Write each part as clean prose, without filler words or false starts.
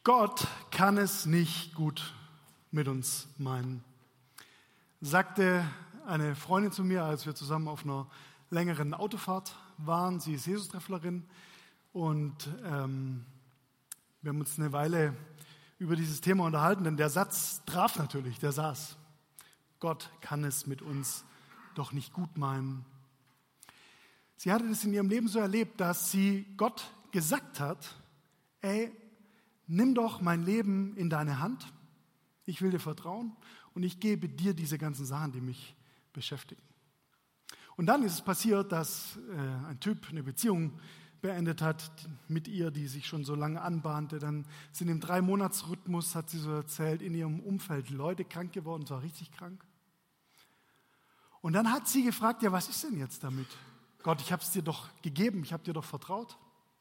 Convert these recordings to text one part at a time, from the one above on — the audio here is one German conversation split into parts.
Gott kann es nicht gut mit uns meinen, sagte eine Freundin zu mir, als wir zusammen auf einer längeren Autofahrt waren. Sie ist Jesus-Trefflerin und wir haben uns eine Weile über dieses Thema unterhalten, denn der Satz traf natürlich, der saß. Gott kann es mit uns doch nicht gut meinen. Sie hatte das in ihrem Leben so erlebt, dass sie Gott gesagt hat, ey, nimm doch mein Leben in deine Hand, ich will dir vertrauen und ich gebe dir diese ganzen Sachen, die mich beschäftigen. Und dann ist es passiert, dass ein Typ eine Beziehung beendet hat mit ihr, die sich schon so lange anbahnte. Dann sind im 3-Monats-Rhythmus, hat sie so erzählt, in ihrem Umfeld Leute krank geworden, zwar richtig krank. Und dann hat sie gefragt, ja, was ist denn jetzt damit? Gott, ich habe es dir doch gegeben, ich habe dir doch vertraut.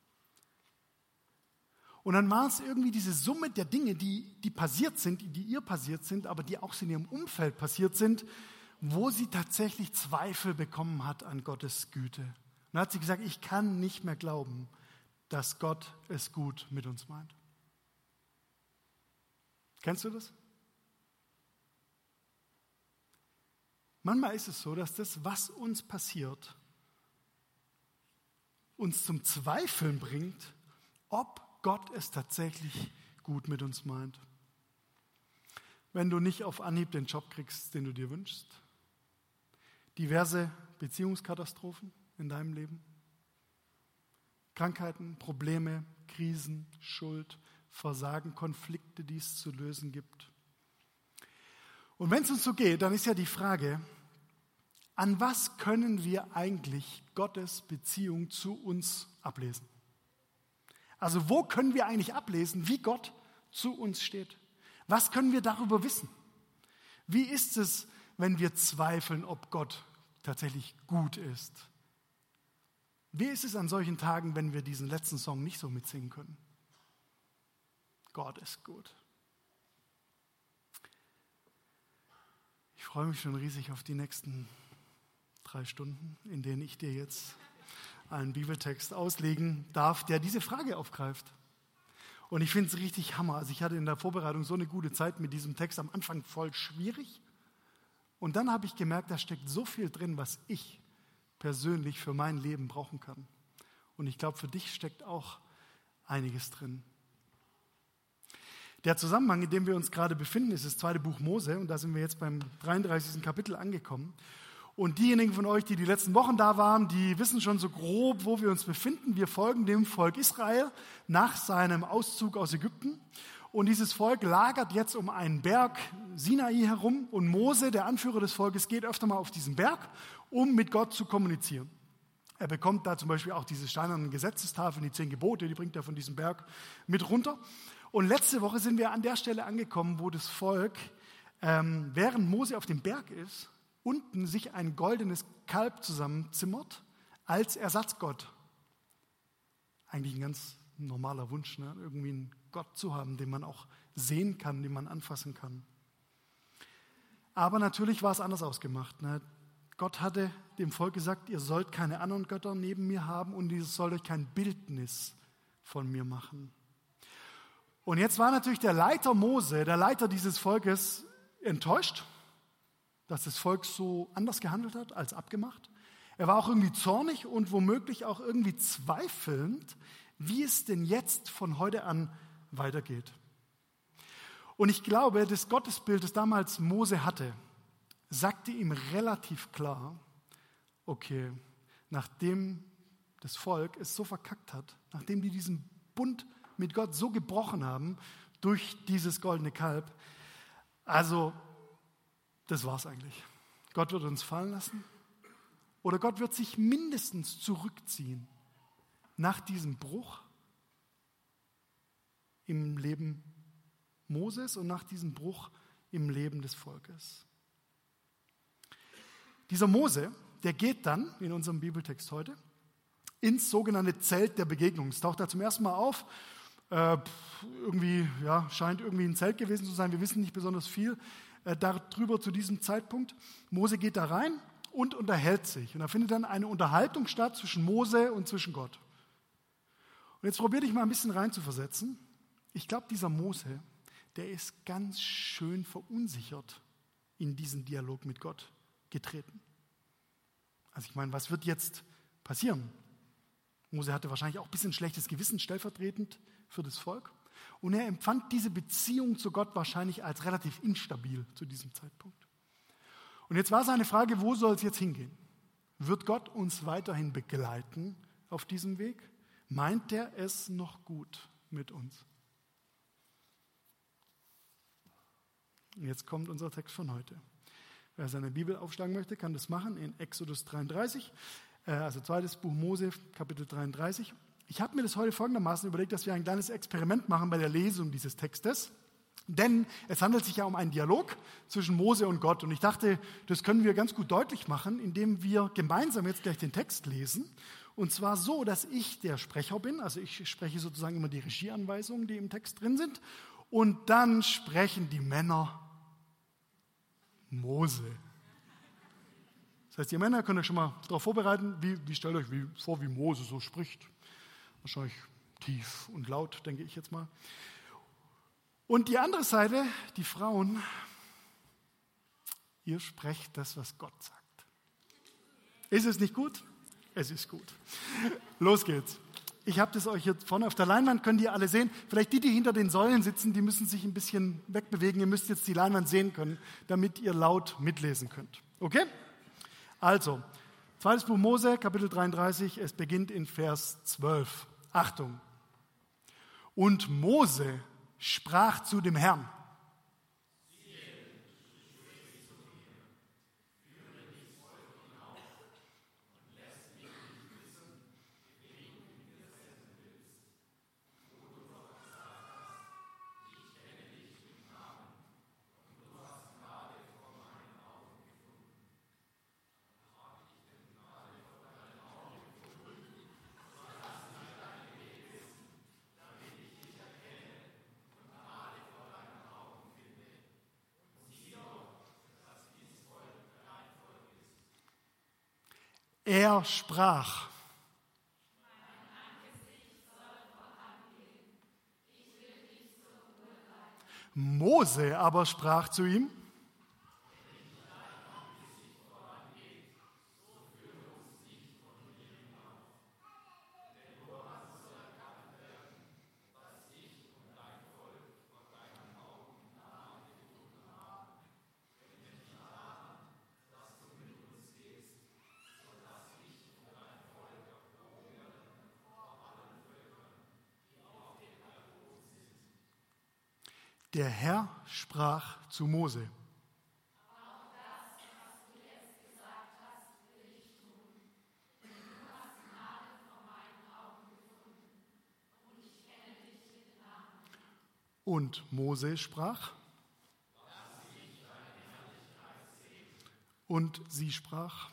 Und dann war es irgendwie diese Summe der Dinge, die passiert sind, die ihr passiert sind, aber die auch in ihrem Umfeld passiert sind, wo sie tatsächlich Zweifel bekommen hat an Gottes Güte. Und dann hat sie gesagt, ich kann nicht mehr glauben, dass Gott es gut mit uns meint. Kennst du das? Manchmal ist es so, dass das, was uns passiert, uns zum Zweifeln bringt, ob Gott es tatsächlich gut mit uns meint. Wenn du nicht auf Anhieb den Job kriegst, den du dir wünschst, diverse Beziehungskatastrophen in deinem Leben, Krankheiten, Probleme, Krisen, Schuld, Versagen, Konflikte, die es zu lösen gibt. Und wenn es uns so geht, dann ist ja die Frage, an was können wir eigentlich Gottes Beziehung zu uns ablesen? Also wo können wir eigentlich ablesen, wie Gott zu uns steht? Was können wir darüber wissen? Wie ist es, wenn wir zweifeln, ob Gott tatsächlich gut ist? Wie ist es an solchen Tagen, wenn wir diesen letzten Song nicht so mitsingen können? Gott ist gut. Ich freue mich schon riesig auf die nächsten 3 Stunden, in denen ich dir jetzt einen Bibeltext auslegen darf, der diese Frage aufgreift. Und ich finde es richtig Hammer. Also ich hatte in der Vorbereitung so eine gute Zeit mit diesem Text, am Anfang voll schwierig. Und dann habe ich gemerkt, da steckt so viel drin, was ich persönlich für mein Leben brauchen kann. Und ich glaube, für dich steckt auch einiges drin. Der Zusammenhang, in dem wir uns gerade befinden, ist das 2. Buch Mose. Und da sind wir jetzt beim 33. Kapitel angekommen. Und diejenigen von euch, die die letzten Wochen da waren, die wissen schon so grob, wo wir uns befinden. Wir folgen dem Volk Israel nach seinem Auszug aus Ägypten. Und dieses Volk lagert jetzt um einen Berg Sinai herum. Und Mose, der Anführer des Volkes, geht öfter mal auf diesen Berg, um mit Gott zu kommunizieren. Er bekommt da zum Beispiel auch diese steinernen Gesetzestafeln, die 10 Gebote, die bringt er von diesem Berg mit runter. Und letzte Woche sind wir an der Stelle angekommen, wo das Volk, während Mose auf dem Berg ist, unten sich ein goldenes Kalb zusammenzimmert als Ersatzgott. Eigentlich ein ganz normaler Wunsch, ne? Irgendwie einen Gott zu haben, den man auch sehen kann, den man anfassen kann. Aber natürlich war es anders ausgemacht. Ne? Gott hatte dem Volk gesagt, ihr sollt keine anderen Götter neben mir haben und ihr sollt euch kein Bildnis von mir machen. Und jetzt war natürlich der Leiter Mose, der Leiter dieses Volkes, enttäuscht, dass das Volk so anders gehandelt hat als abgemacht. Er war auch irgendwie zornig und womöglich auch irgendwie zweifelnd, wie es denn jetzt von heute an weitergeht. Und ich glaube, das Gottesbild, das damals Mose hatte, sagte ihm relativ klar, okay, nachdem das Volk es so verkackt hat, nachdem die diesen Bund mit Gott so gebrochen haben durch dieses goldene Kalb, also das war's eigentlich. Gott wird uns fallen lassen oder Gott wird sich mindestens zurückziehen nach diesem Bruch im Leben Moses und nach diesem Bruch im Leben des Volkes. Dieser Mose, der geht dann in unserem Bibeltext heute ins sogenannte Zelt der Begegnung. Es taucht da zum ersten Mal auf. Scheint irgendwie ein Zelt gewesen zu sein. Wir wissen nicht besonders viel darüber zu diesem Zeitpunkt. Mose geht da rein und unterhält sich. Und da findet dann eine Unterhaltung statt zwischen Mose und zwischen Gott. Und jetzt probier dich mal ein bisschen reinzuversetzen. Ich glaube, dieser Mose, der ist ganz schön verunsichert in diesen Dialog mit Gott getreten. Also ich meine, was wird jetzt passieren? Mose hatte wahrscheinlich auch ein bisschen schlechtes Gewissen stellvertretend für das Volk. Und er empfand diese Beziehung zu Gott wahrscheinlich als relativ instabil zu diesem Zeitpunkt. Und jetzt war seine Frage, wo soll es jetzt hingehen? Wird Gott uns weiterhin begleiten auf diesem Weg? Meint er es noch gut mit uns? Und jetzt kommt unser Text von heute. Wer seine Bibel aufschlagen möchte, kann das machen in Exodus 33, also zweites Buch Mose, Kapitel 33. Ich habe mir das heute folgendermaßen überlegt, dass wir ein kleines Experiment machen bei der Lesung dieses Textes. Denn es handelt sich ja um einen Dialog zwischen Mose und Gott. Und ich dachte, das können wir ganz gut deutlich machen, indem wir gemeinsam jetzt gleich den Text lesen. Und zwar so, dass ich der Sprecher bin. Also ich spreche sozusagen immer die Regieanweisungen, die im Text drin sind. Und dann sprechen die Männer Mose. Das heißt, ihr Männer könnt euch schon mal darauf vorbereiten, wie stellt euch vor, wie Mose so spricht. Wahrscheinlich tief und laut, denke ich jetzt mal. Und die andere Seite, die Frauen, ihr sprecht das, was Gott sagt. Ist es nicht gut? Es ist gut. Los geht's. Ich habe das euch jetzt vorne auf der Leinwand, könnt ihr alle sehen. Vielleicht die hinter den Säulen sitzen, die müssen sich ein bisschen wegbewegen. Ihr müsst jetzt die Leinwand sehen können, damit ihr laut mitlesen könnt. Okay? Also, zweites Buch Mose, Kapitel 33, es beginnt in Vers 12. Achtung. Und Mose sprach zu dem Herrn. Er sprach. Mose aber sprach zu ihm. Der Herr sprach zu Mose. Und Mose sprach. Und sie sprach.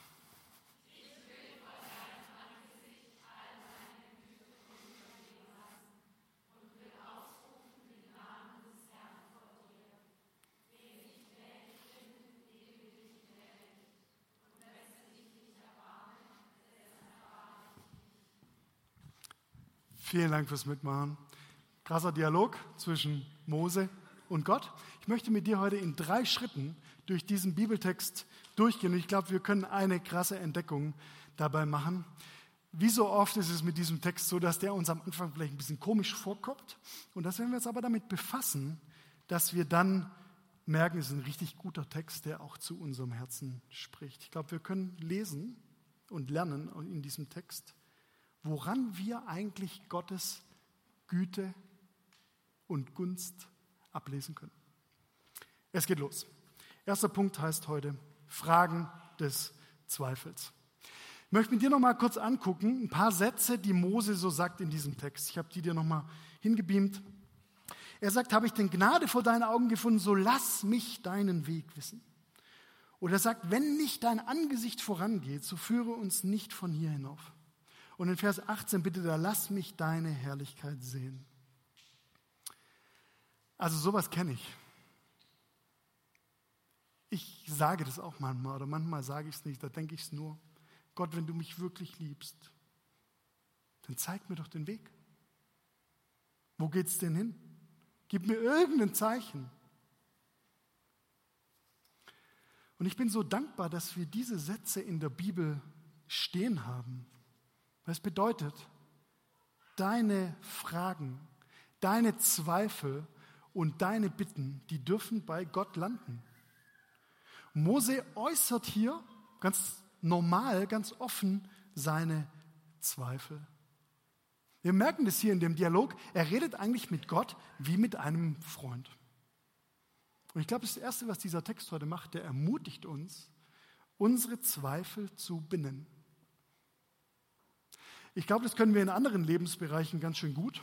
Vielen Dank fürs Mitmachen. Krasser Dialog zwischen Mose und Gott. Ich möchte mit dir heute in 3 Schritten durch diesen Bibeltext durchgehen. Und ich glaube, wir können eine krasse Entdeckung dabei machen. Wie so oft ist es mit diesem Text so, dass der uns am Anfang vielleicht ein bisschen komisch vorkommt. Und dass, wenn wir uns aber damit befassen, dass wir dann merken, es ist ein richtig guter Text, der auch zu unserem Herzen spricht. Ich glaube, wir können lesen und lernen in diesem Text, woran wir eigentlich Gottes Güte und Gunst ablesen können. Es geht los. Erster Punkt heißt heute Fragen des Zweifels. Ich möchte mit dir noch mal kurz angucken, ein paar Sätze, die Mose so sagt in diesem Text. Ich habe die dir noch mal hingebeamt. Er sagt, habe ich denn Gnade vor deinen Augen gefunden, so lass mich deinen Weg wissen. Oder er sagt, wenn nicht dein Angesicht vorangeht, so führe uns nicht von hier hinauf. Und in Vers 18 bittet er, lass mich deine Herrlichkeit sehen. Also sowas kenne ich. Ich sage das auch manchmal oder manchmal sage ich es nicht, da denke ich es nur. Gott, wenn du mich wirklich liebst, dann zeig mir doch den Weg. Wo geht's denn hin? Gib mir irgendein Zeichen. Und ich bin so dankbar, dass wir diese Sätze in der Bibel stehen haben. Das bedeutet, deine Fragen, deine Zweifel und deine Bitten, die dürfen bei Gott landen. Mose äußert hier ganz normal, ganz offen seine Zweifel. Wir merken das hier in dem Dialog. Er redet eigentlich mit Gott wie mit einem Freund. Und ich glaube, das Erste, was dieser Text heute macht, der ermutigt uns, unsere Zweifel zu benennen. Ich glaube, das können wir in anderen Lebensbereichen ganz schön gut.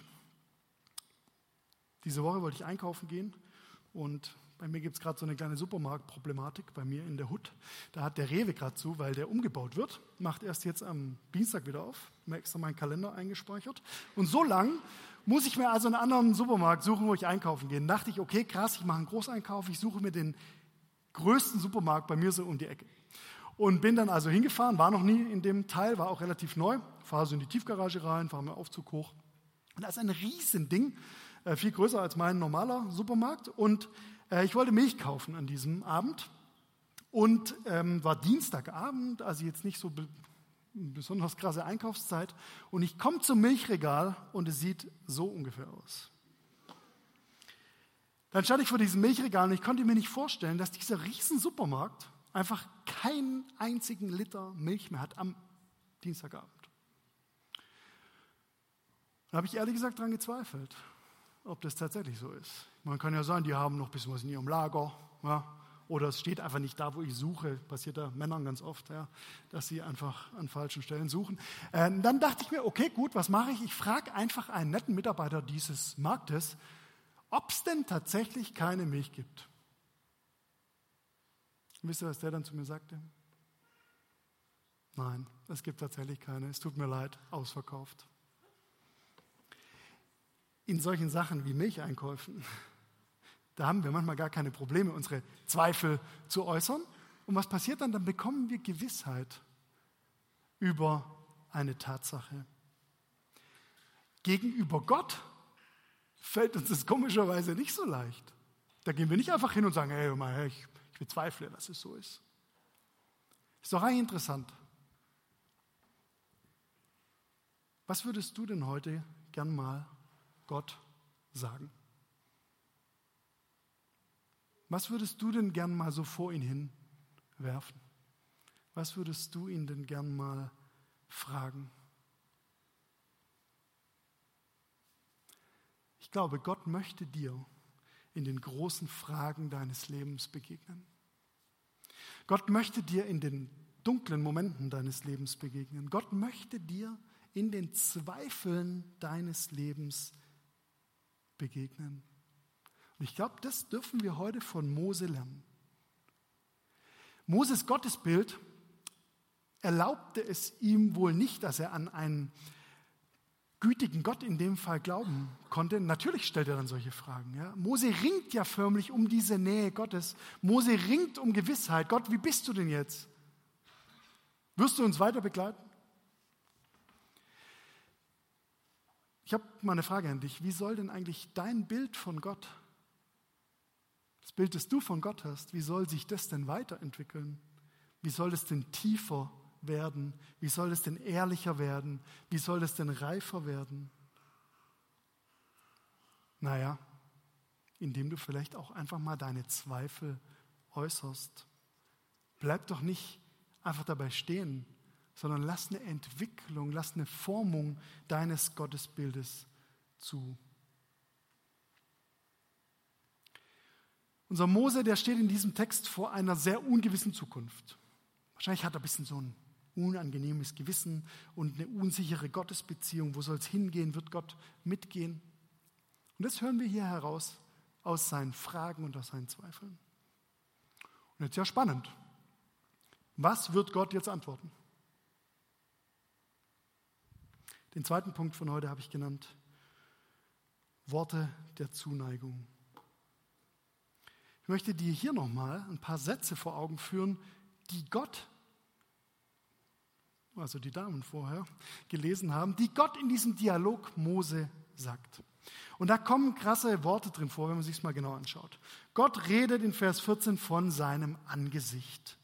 Diese Woche wollte ich einkaufen gehen und bei mir gibt es gerade so eine kleine Supermarktproblematik, bei mir in der Hut. Da hat der Rewe gerade zu, weil der umgebaut wird. Macht erst jetzt am Dienstag wieder auf. Ich habe extra meinen Kalender eingespeichert. Und so lang muss ich mir also einen anderen Supermarkt suchen, wo ich einkaufen gehe. Dann dachte ich, okay, krass, ich mache einen Großeinkauf. Ich suche mir den größten Supermarkt bei mir so um die Ecke. Und bin dann also hingefahren, war noch nie in dem Teil, war auch relativ neu. Fahre so in die Tiefgarage rein, fahre mit dem Aufzug hoch. Und da ist ein Riesending, viel größer als mein normaler Supermarkt. Und ich wollte Milch kaufen an diesem Abend und war Dienstagabend, also jetzt nicht so besonders krasse Einkaufszeit. Und ich komme zum Milchregal und es sieht so ungefähr aus. Dann stand ich vor diesem Milchregal und ich konnte mir nicht vorstellen, dass dieser riesen Supermarkt einfach keinen einzigen Liter Milch mehr hat am Dienstagabend. Da habe ich ehrlich gesagt daran gezweifelt, ob das tatsächlich so ist. Man kann ja sagen, die haben noch ein bisschen was in ihrem Lager, ja, oder es steht einfach nicht da, wo ich suche. Passiert da Männern ganz oft, ja, dass sie einfach an falschen Stellen suchen. Dann dachte ich mir, okay, gut, was mache ich? Ich frage einfach einen netten Mitarbeiter dieses Marktes, ob es denn tatsächlich keine Milch gibt. Und wisst ihr, was der dann zu mir sagte? Nein, es gibt tatsächlich keine. Es tut mir leid, ausverkauft. In solchen Sachen wie Milcheinkäufen, da haben wir manchmal gar keine Probleme, unsere Zweifel zu äußern. Und was passiert dann? Dann bekommen wir Gewissheit über eine Tatsache. Gegenüber Gott fällt uns das komischerweise nicht so leicht. Da gehen wir nicht einfach hin und sagen, hey, ich bezweifle, dass es so ist. Ist doch eigentlich interessant. Was würdest du denn heute gern mal Gott sagen? Was würdest du denn gern mal so vor ihn hin werfen? Was würdest du ihn denn gern mal fragen? Ich glaube, Gott möchte dir in den großen Fragen deines Lebens begegnen. Gott möchte dir in den dunklen Momenten deines Lebens begegnen. Gott möchte dir in den Zweifeln deines Lebens begegnen. Und ich glaube, das dürfen wir heute von Mose lernen. Moses Gottesbild erlaubte es ihm wohl nicht, dass er an einen gütigen Gott in dem Fall glauben konnte. Natürlich stellt er dann solche Fragen. Ja? Mose ringt ja förmlich um diese Nähe Gottes. Mose ringt um Gewissheit. Gott, wie bist du denn jetzt? Wirst du uns weiter begleiten? Ich habe mal eine Frage an dich. Wie soll denn eigentlich dein Bild von Gott, das Bild, das du von Gott hast, wie soll sich das denn weiterentwickeln? Wie soll es denn tiefer werden? Wie soll es denn ehrlicher werden? Wie soll es denn reifer werden? Naja, indem du vielleicht auch einfach mal deine Zweifel äußerst. Bleib doch nicht einfach dabei stehen, sondern lass eine Entwicklung, lass eine Formung deines Gottesbildes zu. Unser Mose, der steht in diesem Text vor einer sehr ungewissen Zukunft. Wahrscheinlich hat er ein bisschen so ein unangenehmes Gewissen und eine unsichere Gottesbeziehung. Wo soll es hingehen? Wird Gott mitgehen? Und das hören wir hier heraus aus seinen Fragen und aus seinen Zweifeln. Und jetzt ja spannend. Was wird Gott jetzt antworten? Den zweiten Punkt von heute habe ich genannt: Worte der Zuneigung. Ich möchte dir hier nochmal ein paar Sätze vor Augen führen, die Gott, also die Damen vorher, gelesen haben, die Gott in diesem Dialog Mose sagt. Und da kommen krasse Worte drin vor, wenn man sich es mal genau anschaut. Gott redet in Vers 14 von seinem Angesicht.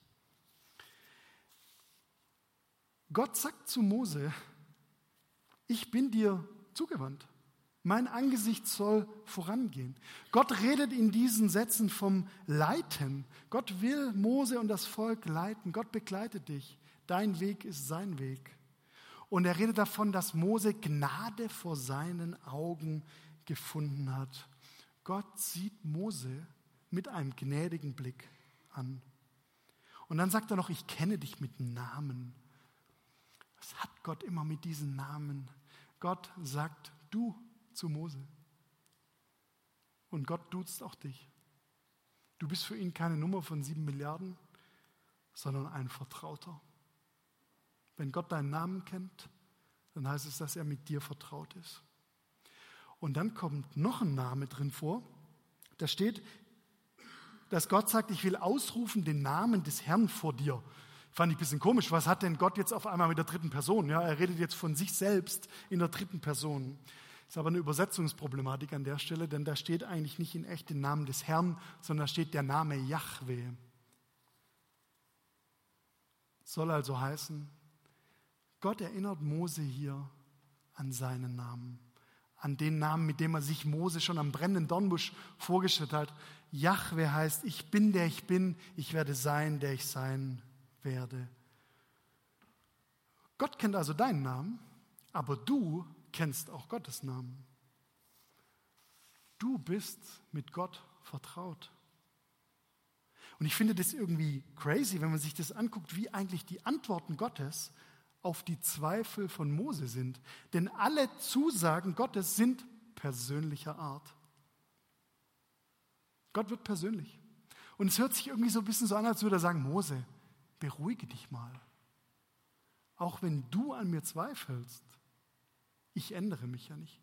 Gott sagt zu Mose, ich bin dir zugewandt. Mein Angesicht soll vorangehen. Gott redet in diesen Sätzen vom Leiten. Gott will Mose und das Volk leiten. Gott begleitet dich. Dein Weg ist sein Weg. Und er redet davon, dass Mose Gnade vor seinen Augen gefunden hat. Gott sieht Mose mit einem gnädigen Blick an. Und dann sagt er noch, ich kenne dich mit Namen. Was hat Gott immer mit diesen Namen? Gott sagt du zu Mose. Und Gott duzt auch dich. Du bist für ihn keine Nummer von 7 Milliarden, sondern ein Vertrauter. Wenn Gott deinen Namen kennt, dann heißt es, dass er mit dir vertraut ist. Und dann kommt noch ein Name drin vor. Da steht, dass Gott sagt, ich will ausrufen den Namen des Herrn vor dir. Fand ich ein bisschen komisch. Was hat denn Gott jetzt auf einmal mit der dritten Person? Ja, er redet jetzt von sich selbst in der dritten Person. Ist aber eine Übersetzungsproblematik an der Stelle, denn da steht eigentlich nicht in echt der Namen des Herrn, sondern da steht der Name Jahwe. Soll also heißen, Gott erinnert Mose hier an seinen Namen, an den Namen, mit dem er sich Mose schon am brennenden Dornbusch vorgestellt hat. Jahwe heißt, ich bin, der ich bin, ich werde sein, der ich sein werde. Gott kennt also deinen Namen, aber du kennst auch Gottes Namen. Du bist mit Gott vertraut. Und ich finde das irgendwie crazy, wenn man sich das anguckt, wie eigentlich die Antworten Gottes auf die Zweifel von Mose sind. Denn alle Zusagen Gottes sind persönlicher Art. Gott wird persönlich. Und es hört sich irgendwie so ein bisschen so an, als würde er sagen, Mose, beruhige dich mal. Auch wenn du an mir zweifelst, ich ändere mich ja nicht.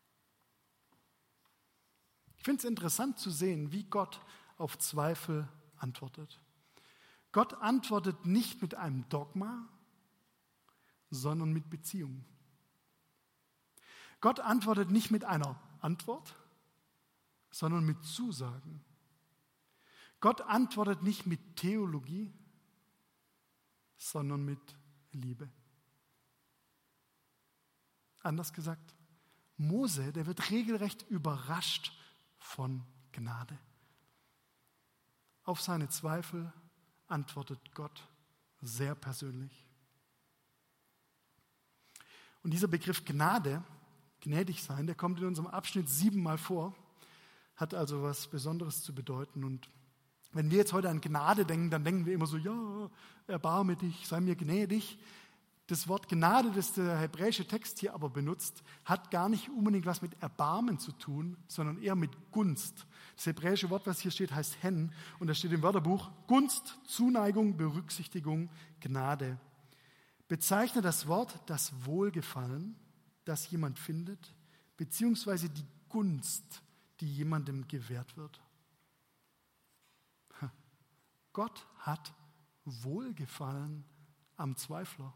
Ich finde es interessant zu sehen, wie Gott auf Zweifel antwortet. Gott antwortet nicht mit einem Dogma, sondern mit Beziehung. Gott antwortet nicht mit einer Antwort, sondern mit Zusagen. Gott antwortet nicht mit Theologie, sondern mit Liebe. Anders gesagt, Mose, der wird regelrecht überrascht von Gnade. Auf seine Zweifel antwortet Gott sehr persönlich. Und dieser Begriff Gnade, gnädig sein, der kommt in unserem Abschnitt 7-mal vor, hat also was Besonderes zu bedeuten. Und wenn wir jetzt heute an Gnade denken, dann denken wir immer so, ja, erbarme dich, sei mir gnädig. Das Wort Gnade, das der hebräische Text hier aber benutzt, hat gar nicht unbedingt was mit Erbarmen zu tun, sondern eher mit Gunst. Das hebräische Wort, was hier steht, heißt Hen und da steht im Wörterbuch Gunst, Zuneigung, Berücksichtigung, Gnade. Bezeichnet das Wort das Wohlgefallen, das jemand findet, beziehungsweise die Gunst, die jemandem gewährt wird. Gott hat Wohlgefallen am Zweifler.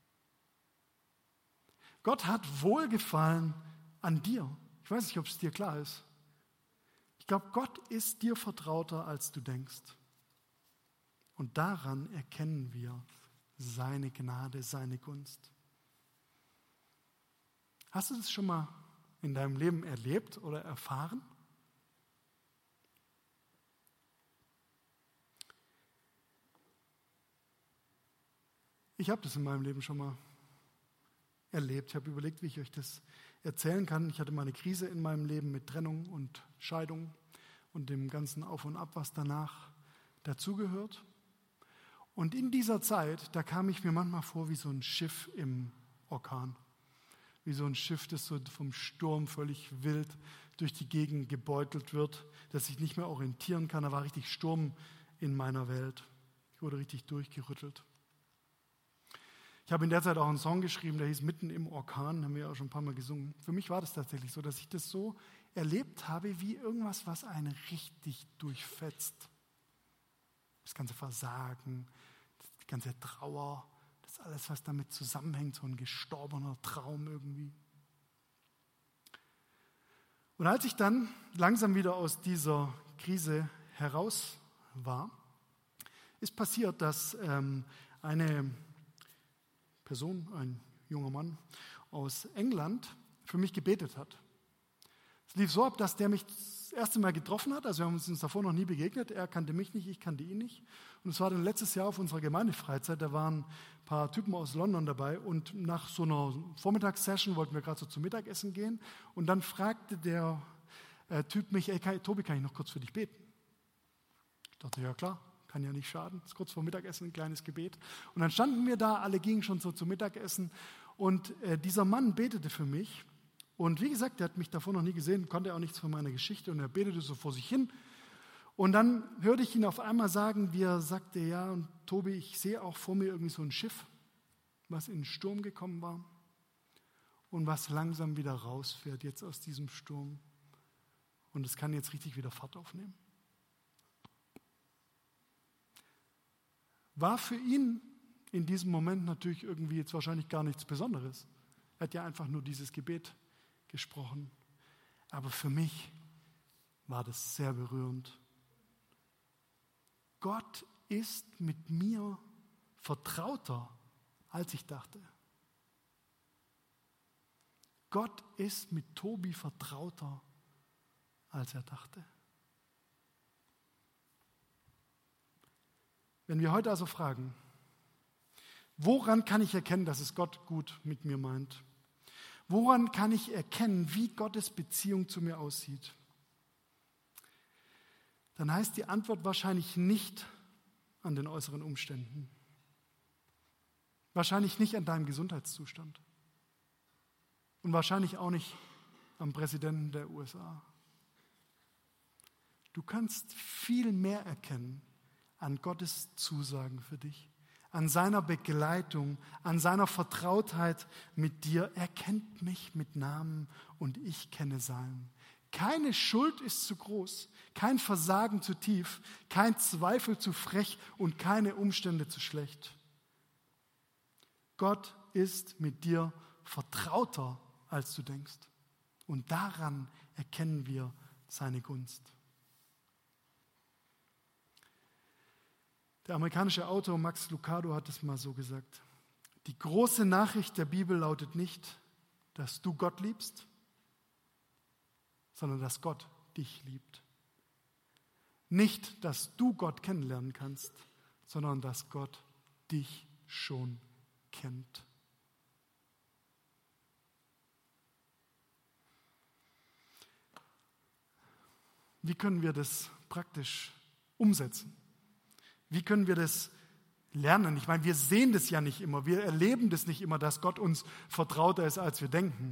Gott hat Wohlgefallen an dir. Ich weiß nicht, ob es dir klar ist. Ich glaube, Gott ist dir vertrauter, als du denkst. Und daran erkennen wir seine Gnade, seine Gunst. Hast du das schon mal in deinem Leben erlebt oder erfahren? Ich habe das in meinem Leben schon mal erlebt. Ich habe überlegt, wie ich euch das erzählen kann. Ich hatte mal eine Krise in meinem Leben mit Trennung und Scheidung und dem ganzen Auf und Ab, was danach dazugehört. Und in dieser Zeit, da kam ich mir manchmal vor wie so ein Schiff im Orkan. Wie so ein Schiff, das so vom Sturm völlig wild durch die Gegend gebeutelt wird, das sich nicht mehr orientieren kann. Da war richtig Sturm in meiner Welt. Ich wurde richtig durchgerüttelt. Ich habe in der Zeit auch einen Song geschrieben, der hieß Mitten im Orkan, haben wir ja auch schon ein paar Mal gesungen. Für mich war das tatsächlich so, dass ich das so erlebt habe, wie irgendwas, was einen richtig durchfetzt. Das ganze Versagen, die ganze Trauer, das alles, was damit zusammenhängt, so ein gestorbener Traum irgendwie. Und als ich dann langsam wieder aus dieser Krise heraus war, ist passiert, dass eine Person, ein junger Mann aus England, für mich gebetet hat. Es lief so ab, dass der mich das erste Mal getroffen hat, also wir haben uns davor noch nie begegnet, er kannte mich nicht, ich kannte ihn nicht. Und es war dann letztes Jahr auf unserer Gemeindefreizeit, da waren ein paar Typen aus London dabei und nach so einer Vormittagssession wollten wir gerade so zum Mittagessen gehen und dann fragte der Typ mich, Tobi, kann ich noch kurz für dich beten? Ich dachte, ja klar, kann ja nicht schaden, das ist kurz vor Mittagessen ein kleines Gebet. Und dann standen wir da, alle gingen schon so zum Mittagessen und dieser Mann betete für mich. Und wie gesagt, der hat mich davor noch nie gesehen, konnte auch nichts von meiner Geschichte und er betete so vor sich hin. Und dann hörte ich ihn auf einmal sagen, wie er sagte, ja, und Tobi, ich sehe auch vor mir irgendwie so ein Schiff, was in den Sturm gekommen war und was langsam wieder rausfährt jetzt aus diesem Sturm. Und es kann jetzt richtig wieder Fahrt aufnehmen. War für ihn in diesem Moment natürlich irgendwie jetzt wahrscheinlich gar nichts Besonderes. Er hat ja einfach nur dieses Gebet gesprochen. Aber für mich war das sehr berührend. Gott ist mit mir vertrauter, als ich dachte. Gott ist mit Tobi vertrauter, als er dachte. Wenn wir heute also fragen, woran kann ich erkennen, dass es Gott gut mit mir meint? Woran kann ich erkennen, wie Gottes Beziehung zu mir aussieht? Dann heißt die Antwort wahrscheinlich nicht an den äußeren Umständen. Wahrscheinlich nicht an deinem Gesundheitszustand. Und wahrscheinlich auch nicht am Präsidenten der USA. Du kannst viel mehr erkennen an Gottes Zusagen für dich, an seiner Begleitung, an seiner Vertrautheit mit dir. Er kennt mich mit Namen und ich kenne seinen. Keine Schuld ist zu groß, kein Versagen zu tief, kein Zweifel zu frech und keine Umstände zu schlecht. Gott ist mit dir vertrauter, als du denkst. Und daran erkennen wir seine Gunst. Der amerikanische Autor Max Lucado hat es mal so gesagt: Die große Nachricht der Bibel lautet nicht, dass du Gott liebst, sondern dass Gott dich liebt. Nicht, dass du Gott kennenlernen kannst, sondern dass Gott dich schon kennt. Wie können wir das praktisch umsetzen? Wie können wir das lernen? Ich meine, wir sehen das ja nicht immer, wir erleben das nicht immer, dass Gott uns vertrauter ist, als wir denken.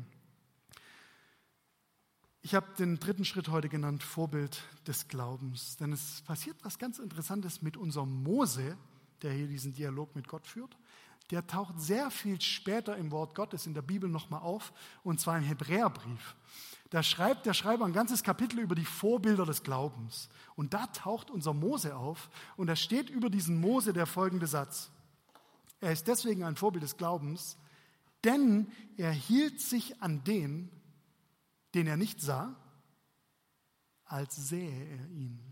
Ich habe den dritten Schritt heute genannt, Vorbild des Glaubens. Denn es passiert was ganz Interessantes mit unserem Mose, der hier diesen Dialog mit Gott führt. Der taucht sehr viel später im Wort Gottes in der Bibel nochmal auf, und zwar im Hebräerbrief. Da schreibt der Schreiber ein ganzes Kapitel über die Vorbilder des Glaubens. Und da taucht unser Mose auf und da steht über diesen Mose der folgende Satz. Er ist deswegen ein Vorbild des Glaubens, denn er hielt sich an den er nicht sah, als sähe er ihn.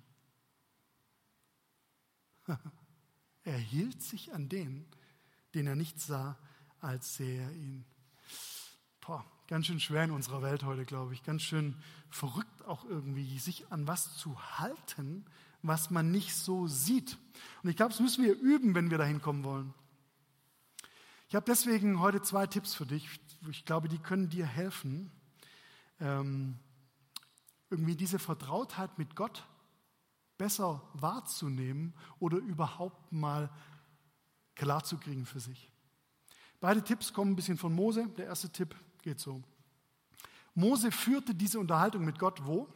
Er hielt sich an den er nicht sah, als sähe er ihn. Ganz schön schwer in unserer Welt heute, glaube ich. Ganz schön verrückt auch irgendwie, sich an was zu halten, was man nicht so sieht. Und ich glaube, das müssen wir üben, wenn wir dahin kommen wollen. Ich habe deswegen heute 2 Tipps für dich. Ich glaube, die können dir helfen, irgendwie diese Vertrautheit mit Gott besser wahrzunehmen oder überhaupt mal klarzukriegen für sich. Beide Tipps kommen ein bisschen von Mose. Der erste Tipp geht so. Mose führte diese Unterhaltung mit Gott wo?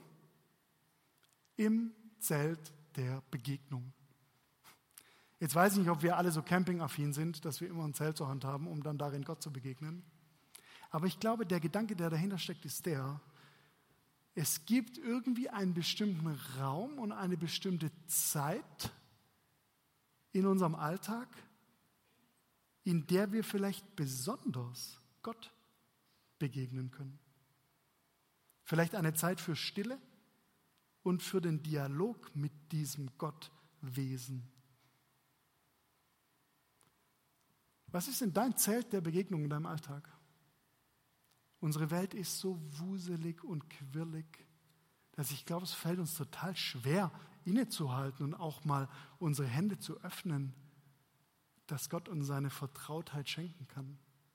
Im Zelt der Begegnung. Jetzt weiß ich nicht, ob wir alle so campingaffin sind, dass wir immer ein Zelt zur Hand haben, um dann darin Gott zu begegnen. Aber ich glaube, der Gedanke, der dahinter steckt, ist es gibt irgendwie einen bestimmten Raum und eine bestimmte Zeit in unserem Alltag, in der wir vielleicht besonders Gott begegnen können. Vielleicht eine Zeit für Stille und für den Dialog mit diesem Gottwesen. Was ist denn dein Zelt der Begegnung in deinem Alltag? Unsere Welt ist so wuselig und quirlig, dass ich glaube, es fällt uns total schwer, innezuhalten und auch mal unsere Hände zu öffnen, dass Gott uns seine Vertrautheit schenken kann.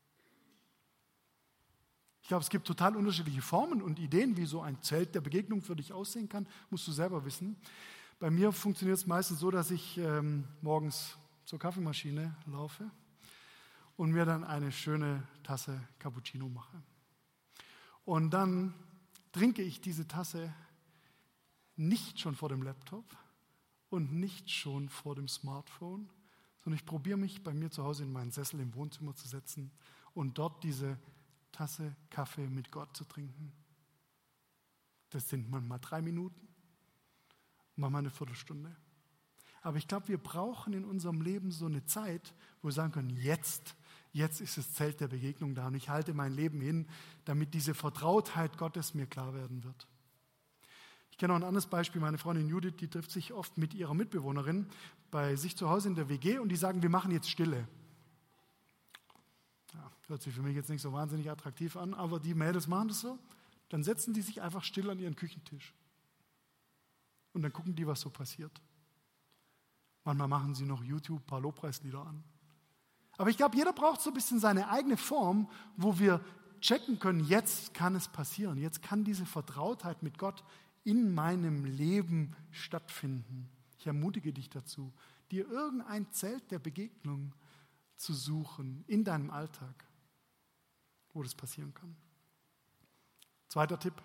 Ich glaube, es gibt total unterschiedliche Formen und Ideen, wie so ein Zelt der Begegnung für dich aussehen kann, musst du selber wissen. Bei mir funktioniert es meistens so, dass ich morgens zur Kaffeemaschine laufe und mir dann eine schöne Tasse Cappuccino mache. Und dann trinke ich diese Tasse nicht schon vor dem Laptop und nicht schon vor dem Smartphone, sondern ich probiere mich bei mir zu Hause in meinen Sessel im Wohnzimmer zu setzen und dort diese Tasse Kaffee mit Gott zu trinken. Das sind manchmal 3 Minuten, manchmal eine Viertelstunde. Aber ich glaube, wir brauchen in unserem Leben so eine Zeit, wo wir sagen können, jetzt ist das Zelt der Begegnung da und ich halte mein Leben hin, damit diese Vertrautheit Gottes mir klar werden wird. Ich kenne auch ein anderes Beispiel, meine Freundin Judith, die trifft sich oft mit ihrer Mitbewohnerin bei sich zu Hause in der WG und die sagen, wir machen jetzt Stille. Ja, hört sich für mich jetzt nicht so wahnsinnig attraktiv an, aber die Mädels machen das so, dann setzen die sich einfach still an ihren Küchentisch und dann gucken die, was so passiert. Manchmal machen sie noch YouTube ein paar Lobpreislieder an. Aber ich glaube, jeder braucht so ein bisschen seine eigene Form, wo wir checken können, jetzt kann es passieren, jetzt kann diese Vertrautheit mit Gott in meinem Leben stattfinden. Ich ermutige dich dazu, dir irgendein Zelt der Begegnung zu suchen in deinem Alltag, wo das passieren kann. Zweiter Tipp.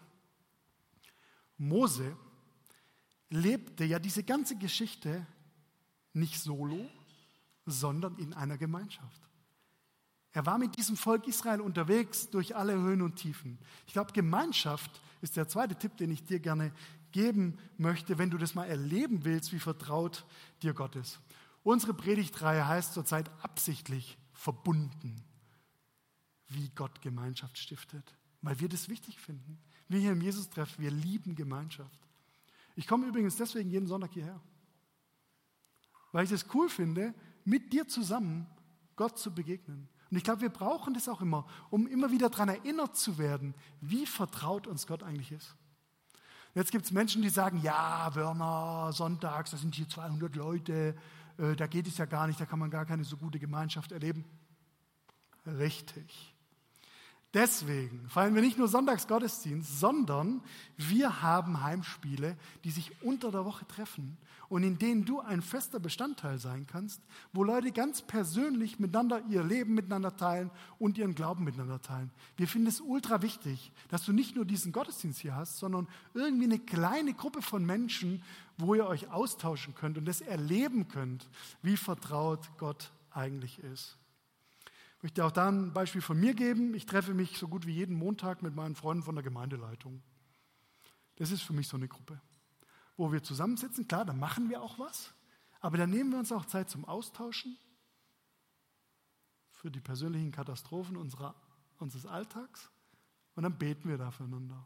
Mose lebte ja diese ganze Geschichte nicht solo, sondern in einer Gemeinschaft. Er war mit diesem Volk Israel unterwegs durch alle Höhen und Tiefen. Ich glaube, Gemeinschaft ist der zweite Tipp, den ich dir gerne geben möchte, wenn du das mal erleben willst, wie vertraut dir Gott ist. Unsere Predigtreihe heißt zurzeit absichtlich verbunden, wie Gott Gemeinschaft stiftet, weil wir das wichtig finden. Wir hier im Jesus-Treff, wir lieben Gemeinschaft. Ich komme übrigens deswegen jeden Sonntag hierher, weil ich es cool finde, mit dir zusammen Gott zu begegnen. Und ich glaube, wir brauchen das auch immer, um immer wieder daran erinnert zu werden, wie vertraut uns Gott eigentlich ist. Jetzt gibt es Menschen, die sagen, ja, Werner, sonntags, da sind hier 200 Leute, da geht es ja gar nicht, da kann man gar keine so gute Gemeinschaft erleben. Richtig. Deswegen feiern wir nicht nur Sonntagsgottesdienst, sondern wir haben Heimspiele, die sich unter der Woche treffen und in denen du ein fester Bestandteil sein kannst, wo Leute ganz persönlich miteinander ihr Leben miteinander teilen und ihren Glauben miteinander teilen. Wir finden es ultra wichtig, dass du nicht nur diesen Gottesdienst hier hast, sondern irgendwie eine kleine Gruppe von Menschen, wo ihr euch austauschen könnt und das erleben könnt, wie vertraut Gott eigentlich ist. Ich möchte auch da ein Beispiel von mir geben. Ich treffe mich so gut wie jeden Montag mit meinen Freunden von der Gemeindeleitung. Das ist für mich so eine Gruppe, wo wir zusammensitzen. Klar, da machen wir auch was, aber da nehmen wir uns auch Zeit zum Austauschen für die persönlichen Katastrophen unseres Alltags und dann beten wir da füreinander.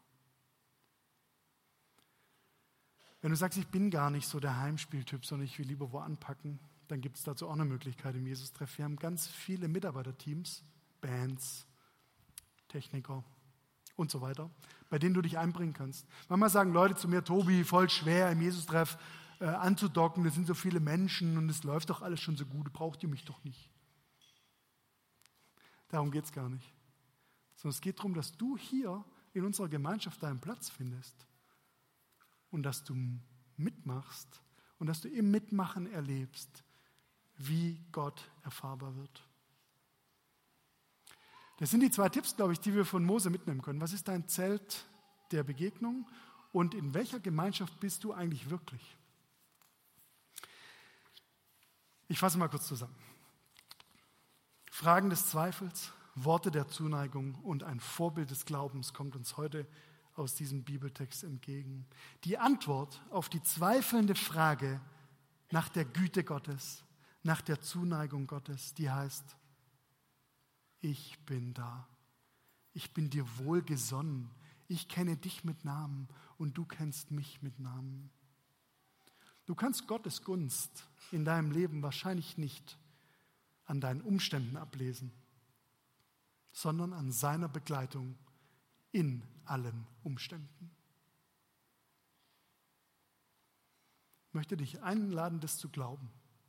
Wenn du sagst, ich bin gar nicht so der Heimspieltyp, sondern ich will lieber wo anpacken, dann gibt es dazu auch eine Möglichkeit im Jesus-Treff. Wir haben ganz viele Mitarbeiterteams, Bands, Techniker und so weiter, bei denen du dich einbringen kannst. Manchmal sagen Leute zu mir, Tobi, voll schwer im Jesus-Treff anzudocken, das sind so viele Menschen und es läuft doch alles schon so gut, braucht ihr mich doch nicht. Darum geht es gar nicht. Sondern es geht darum, dass du hier in unserer Gemeinschaft deinen Platz findest und dass du mitmachst und dass du im Mitmachen erlebst, wie Gott erfahrbar wird. Das sind die 2 Tipps, glaube ich, die wir von Mose mitnehmen können. Was ist dein Zelt der Begegnung und in welcher Gemeinschaft bist du eigentlich wirklich? Ich fasse mal kurz zusammen. Fragen des Zweifels, Worte der Zuneigung und ein Vorbild des Glaubens kommt uns heute aus diesem Bibeltext entgegen. Die Antwort auf die zweifelnde Frage nach der Güte Gottes, nach der Zuneigung Gottes, die heißt, ich bin da. Ich bin dir wohlgesonnen. ich kenne dich mit Namen und du kennst mich mit Namen. Du kannst Gottes Gunst in deinem Leben wahrscheinlich nicht an deinen Umständen ablesen, sondern an seiner Begleitung in allen Umständen. Ich möchte dich einladen, das zu glauben.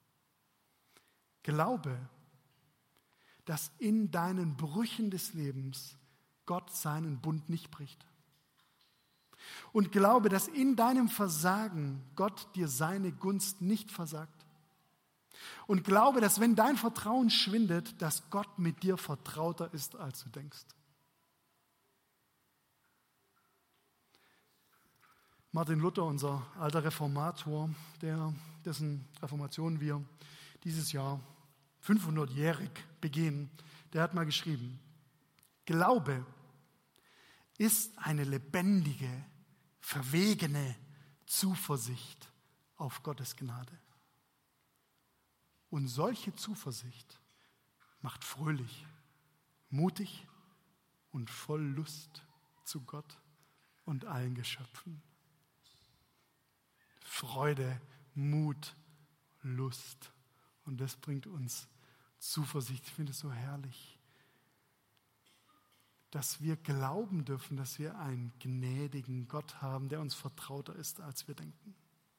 Glaube, dass in deinen Brüchen des Lebens Gott seinen Bund nicht bricht. Und glaube, dass in deinem Versagen Gott dir seine Gunst nicht versagt. Und glaube, dass wenn dein Vertrauen schwindet, dass Gott mit dir vertrauter ist, als du denkst. Martin Luther, unser alter Reformator, dessen Reformation wir dieses Jahr 500-jährig begehen, der hat mal geschrieben: Glaube ist eine lebendige, verwegene Zuversicht auf Gottes Gnade. Und solche Zuversicht macht fröhlich, mutig und voll Lust zu Gott und allen Geschöpfen. Freude, Mut, Lust. Und das bringt uns Zuversicht. Ich finde es so herrlich, dass wir glauben dürfen, dass wir einen gnädigen Gott haben, der uns vertrauter ist, als wir denken.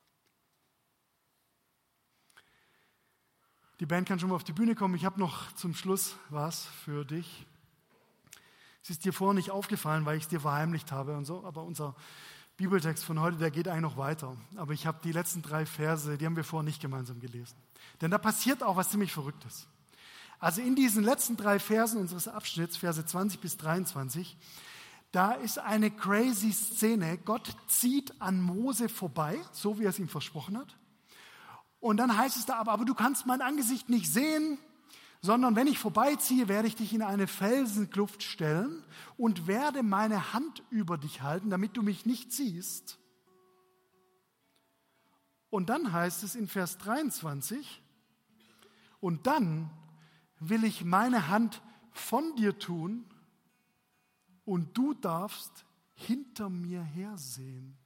Die Band kann schon mal auf die Bühne kommen. Ich habe noch zum Schluss was für dich. Es ist dir vorher nicht aufgefallen, weil ich es dir verheimlicht habe und so, aber unser Bibeltext von heute, der geht eigentlich noch weiter. Aber ich habe die letzten 3 Verse, die haben wir vorher nicht gemeinsam gelesen. Denn da passiert auch was ziemlich Verrücktes. Also in diesen letzten 3 Versen unseres Abschnitts, Verse 20 bis 23, da ist eine crazy Szene. Gott zieht an Mose vorbei, so wie er es ihm versprochen hat. Und dann heißt es da aber du kannst mein Angesicht nicht sehen, sondern wenn ich vorbeiziehe, werde ich dich in eine Felsenkluft stellen und werde meine Hand über dich halten, damit du mich nicht siehst. Und dann heißt es in Vers 23, und dann will ich meine Hand von dir tun und du darfst hinter mir hersehen.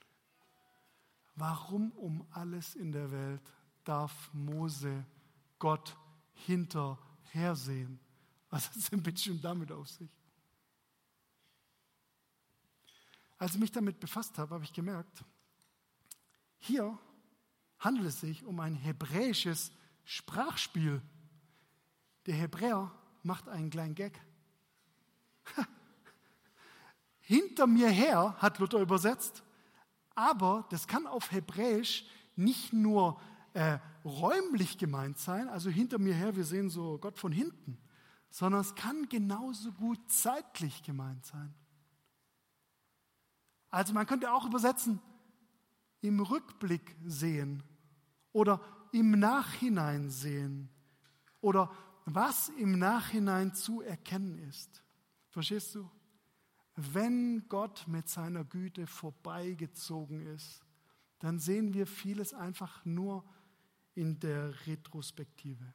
Warum um alles in der Welt darf Mose Gott hinterher sehen? Was hat es denn bitte schon damit auf sich? Als ich mich damit befasst habe, habe ich gemerkt, hier handelt es sich um ein hebräisches Sprachspiel. Der Hebräer macht einen kleinen Gag. Hinter mir her, hat Luther übersetzt, aber das kann auf Hebräisch nicht nur räumlich gemeint sein, also hinter mir her, wir sehen so Gott von hinten, sondern es kann genauso gut zeitlich gemeint sein. Also man könnte auch übersetzen, im Rückblick sehen oder im Nachhinein sehen oder was im Nachhinein zu erkennen ist. Verstehst du? Wenn Gott mit seiner Güte vorbeigezogen ist, dann sehen wir vieles einfach nur in der Retrospektive.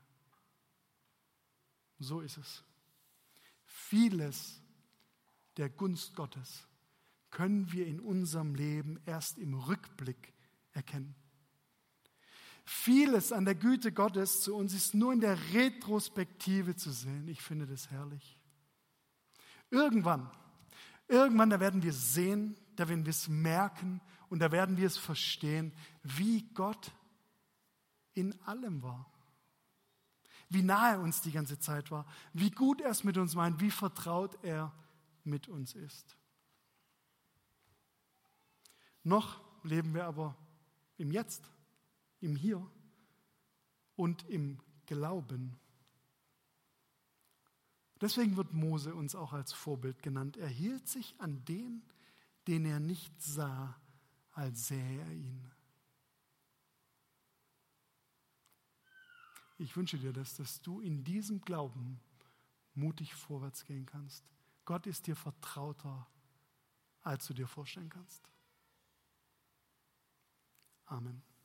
So ist es. Vieles der Gunst Gottes können wir in unserem Leben erst im Rückblick erkennen. Vieles an der Güte Gottes zu uns ist nur in der Retrospektive zu sehen. Ich finde das herrlich. Irgendwann, da werden wir sehen, da werden wir es merken und da werden wir es verstehen, wie Gott in allem war. Wie nahe er uns die ganze Zeit war, wie gut er es mit uns meint, wie vertraut er mit uns ist. Noch leben wir aber im Jetzt, im Hier und im Glauben. Deswegen wird Mose uns auch als Vorbild genannt. Er hielt sich an den, den er nicht sah, als sähe er ihn. Ich wünsche dir das, dass du in diesem Glauben mutig vorwärts gehen kannst. Gott ist dir vertrauter, als du dir vorstellen kannst. Amen.